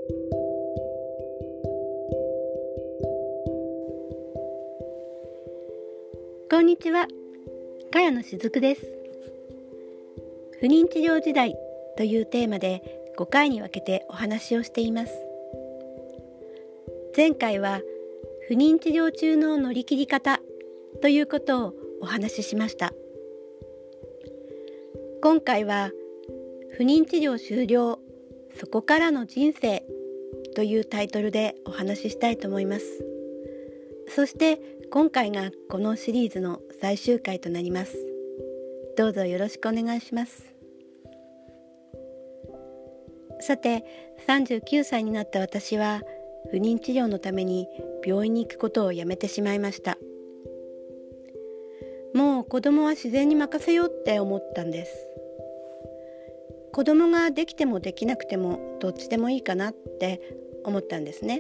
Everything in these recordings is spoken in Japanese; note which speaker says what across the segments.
Speaker 1: こんにちは、かやのしずくです。不妊治療時代というテーマで5回に分けてお話をしています。前回は不妊治療中の乗り切り方ということをお話ししました。今回は不妊治療終了、そこからの人生というタイトルでお話ししたいと思います。そして今回がこのシリーズの最終回となります。どうぞよろしくお願いします。さて、39歳になった私は不妊治療のために病院に行くことをやめてしまいました。もう子供は自然に任せようって思ったんです。子供ができてもできなくてもどっちでもいいかなって思ったんですね。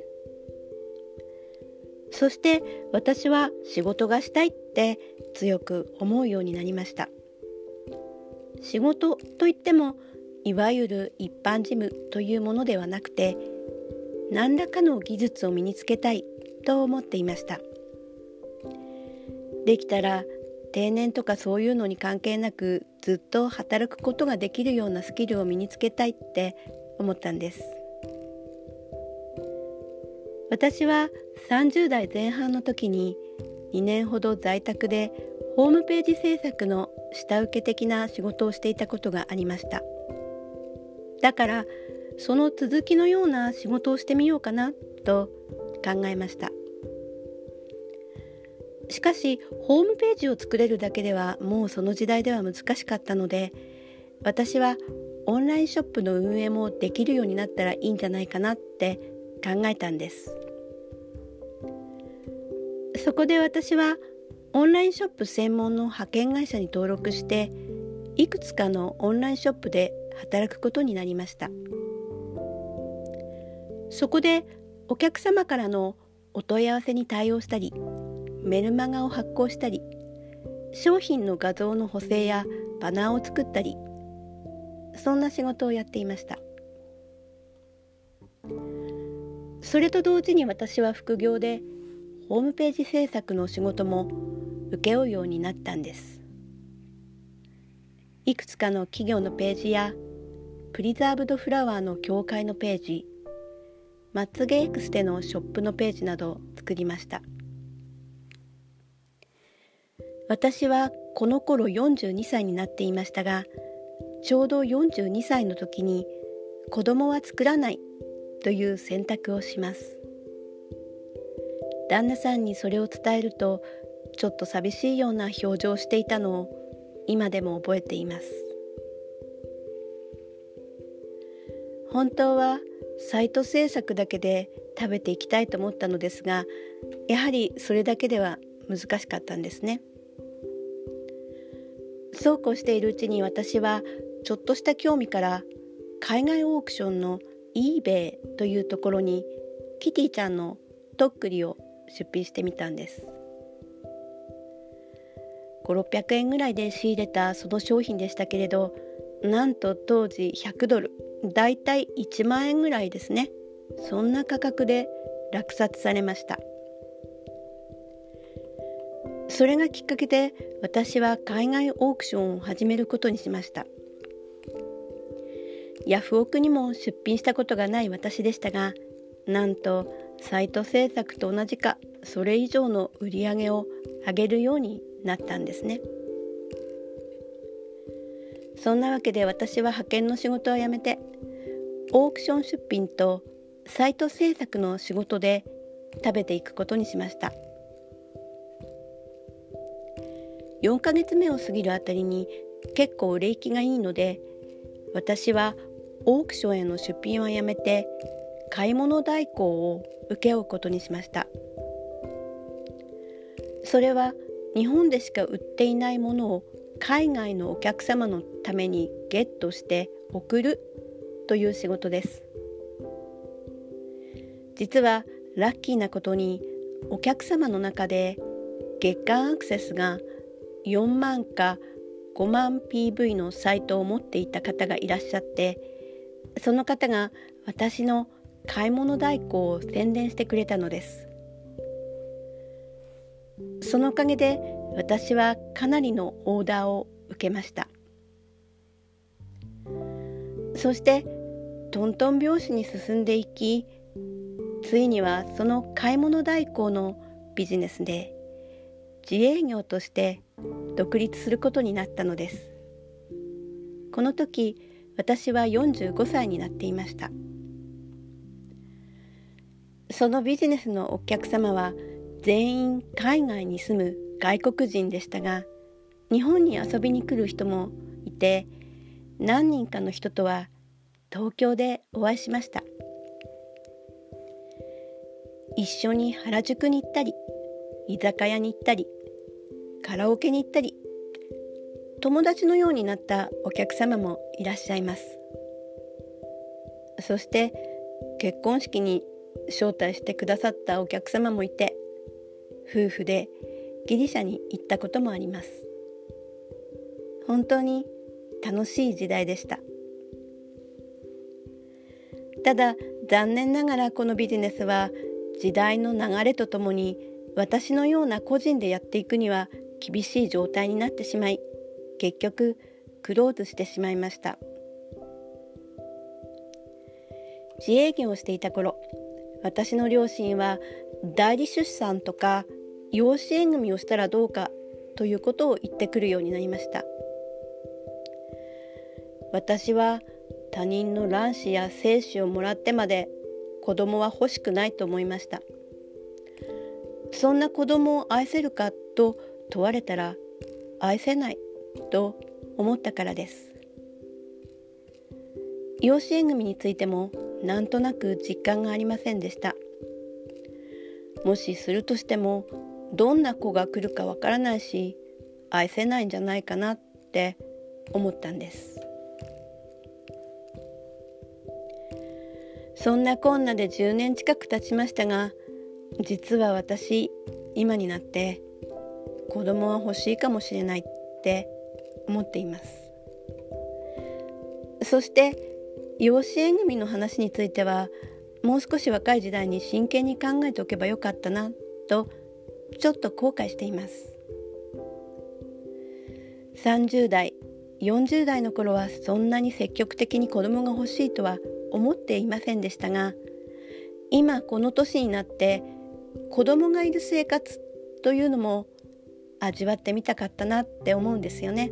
Speaker 1: そして私は仕事がしたいって強く思うようになりました。仕事といってもいわゆる一般事務というものではなくて、何らかの技術を身につけたいと思っていました。できたら定年とかそういうのに関係なくずっと働くことができるようなスキルを身につけたいって思ったんです。私は30代前半の時に2年ほど在宅でホームページ制作の下請け的な仕事をしていたことがありました。だからその続きのような仕事をしてみようかなと考えました。しかしホームページを作れるだけではもうその時代では難しかったので、私はオンラインショップの運営もできるようになったらいいんじゃないかなって考えたんです。そこで私はオンラインショップ専門の派遣会社に登録して、いくつかのオンラインショップで働くことになりました。そこでお客様からのお問い合わせに対応したり、メルマガを発行したり、商品の画像の補正やバナーを作ったり、そんな仕事をやっていました。それと同時に私は副業でホームページ制作の仕事も請け負うようになったんです。いくつかの企業のページやプリザーブドフラワーの協会のページ、まつげエクステのショップのページなどを作りました。私はこの頃42歳になっていましたが、ちょうど42歳の時に子供は作らないという選択をします。旦那さんにそれを伝えると、ちょっと寂しいような表情をしていたのを今でも覚えています。本当はサイト制作だけで食べていきたいと思ったのですが、やはりそれだけでは難しかったんですね。そうこうしているうちに私はちょっとした興味から海外オークションの eBay というところにキティちゃんのとっくりを出品してみたんです。5、600円ぐらいで仕入れたその商品でしたけれど、なんと当時$100、だいたい1万円ぐらいですね。そんな価格で落札されました。それがきっかけで私は海外オークションを始めることにしました。ヤフオクにも出品したことがない私でしたが、なんとサイト制作と同じかそれ以上の売り上げを上げるようになったんですね。そんなわけで私は派遣の仕事を辞めて、オークション出品とサイト制作の仕事で食べていくことにしました。4ヶ月目を過ぎるあたりに結構売れ行きがいいので、私はオークションへの出品はやめて買い物代行を請け負うことにしました。それは日本でしか売っていないものを海外のお客様のためにゲットして送るという仕事です。実はラッキーなことにお客様の中で月間アクセスが4万か5万 PV のサイトを持っていた方がいらっしゃって、その方が私の買い物代行を宣伝してくれたのです。そのおかげで私はかなりのオーダーを受けました。そしてトントン拍子に進んでいき、ついにはその買い物代行のビジネスで自営業として独立することになったのです。この時、私は45歳になっていました。そのビジネスのお客様は全員海外に住む外国人でしたが、日本に遊びに来る人もいて、何人かの人とは東京でお会いしました。一緒に原宿に行ったり、居酒屋に行ったり、カラオケに行ったり、友達のようになったお客様もいらっしゃいます。そして結婚式に招待してくださったお客様もいて、夫婦でギリシャに行ったこともあります。本当に楽しい時代でした。ただ残念ながらこのビジネスは時代の流れとともに私のような個人でやっていくには厳しい状態になってしまい、結局クローズしてしまいました。自営業をしていた頃、私の両親は代理出産とか養子縁組をしたらどうかということを言ってくるようになりました。私は他人の卵子や精子をもらってまで子供は欲しくないと思いました。そんな子供を愛せるかと問われたら愛せないと思ったからです。養子縁組についてもなんとなく実感がありませんでした。もしするとしてもどんな子が来るかわからないし、愛せないんじゃないかなって思ったんです。そんなこんなで10年近く経ちましたが、実は私今になって子供は欲しいかもしれないって思っています。そして養子縁組の話についてはもう少し若い時代に真剣に考えておけばよかったなとちょっと後悔しています。30代、40代の頃はそんなに積極的に子供が欲しいとは思っていませんでしたが、今この年になって子供がいる生活というのも味わってみたかったなって思うんですよね。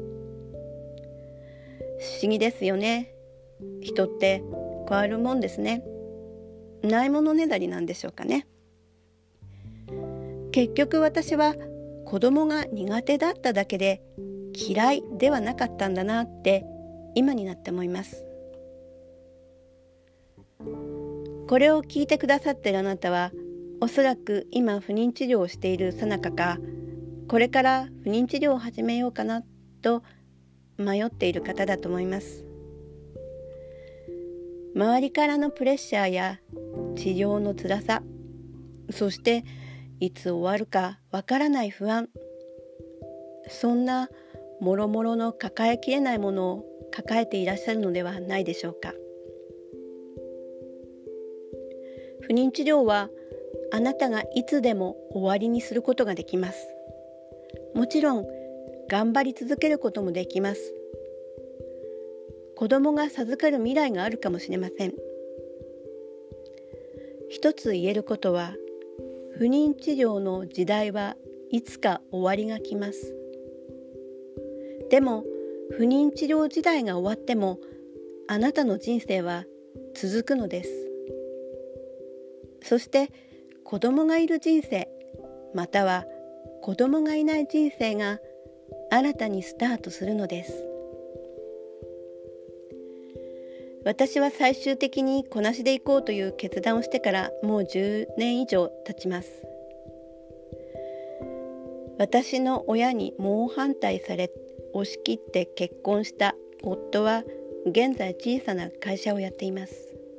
Speaker 1: 不思議ですよね。人って変わるもんですね。ないものねだりなんでしょうかね。結局私は子供が苦手だっただけで嫌いではなかったんだなって今になって思います。これを聞いてくださっているあなたはおそらく今不妊治療をしている最中か、これから不妊治療を始めようかなと迷っている方だと思います。周りからのプレッシャーや治療の辛さ、そしていつ終わるかわからない不安、そんなもろもろの抱えきれないものを抱えていらっしゃるのではないでしょうか。不妊治療はあなたがいつでも終わりにすることができます。もちろん頑張り続けることもできます。子供が授かる未来があるかもしれません。一つ言えることは、不妊治療の時代はいつか終わりが来ます。でも不妊治療時代が終わってもあなたの人生は続くのです。そして子供がいる人生、または子供がいない人生が新たにスタートするのです。私は最終的にこなしでいこうという決断をしてからもう10年以上経ちます。私の親に猛反対され、押し切って結婚した夫は現在小さな会社をやっています。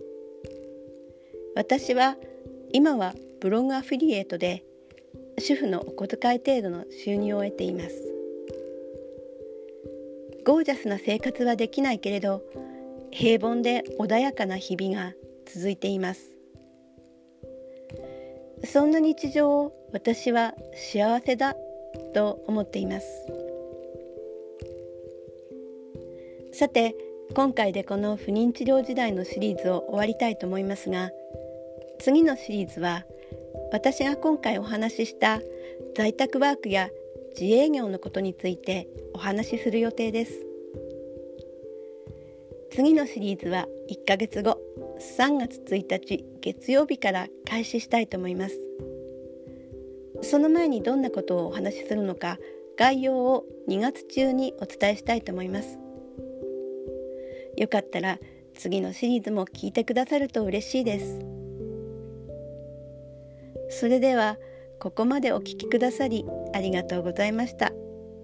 Speaker 1: 私は今はブログアフィリエイトで主婦のお小遣い程度の収入を得ています。ゴージャスな生活はできないけれど、平凡で穏やかな日々が続いています。 そんな日常を私は幸せだと思っています。さて、今回でこの不妊治療時代のシリーズを終わりたいと思いますが、次のシリーズは私が今回お話しした在宅ワークや自営業のことについてお話しする予定です。次のシリーズは1ヶ月後、3月1日月曜日から開始したいと思います。その前にどんなことをお話しするのか、概要を2月中にお伝えしたいと思います。よかったら次のシリーズも聞いてくださると嬉しいです。それではここまでお聞きくださりありがとうございました。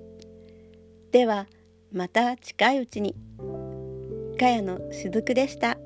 Speaker 1: ではまた近いうちに。かやのしずくでした。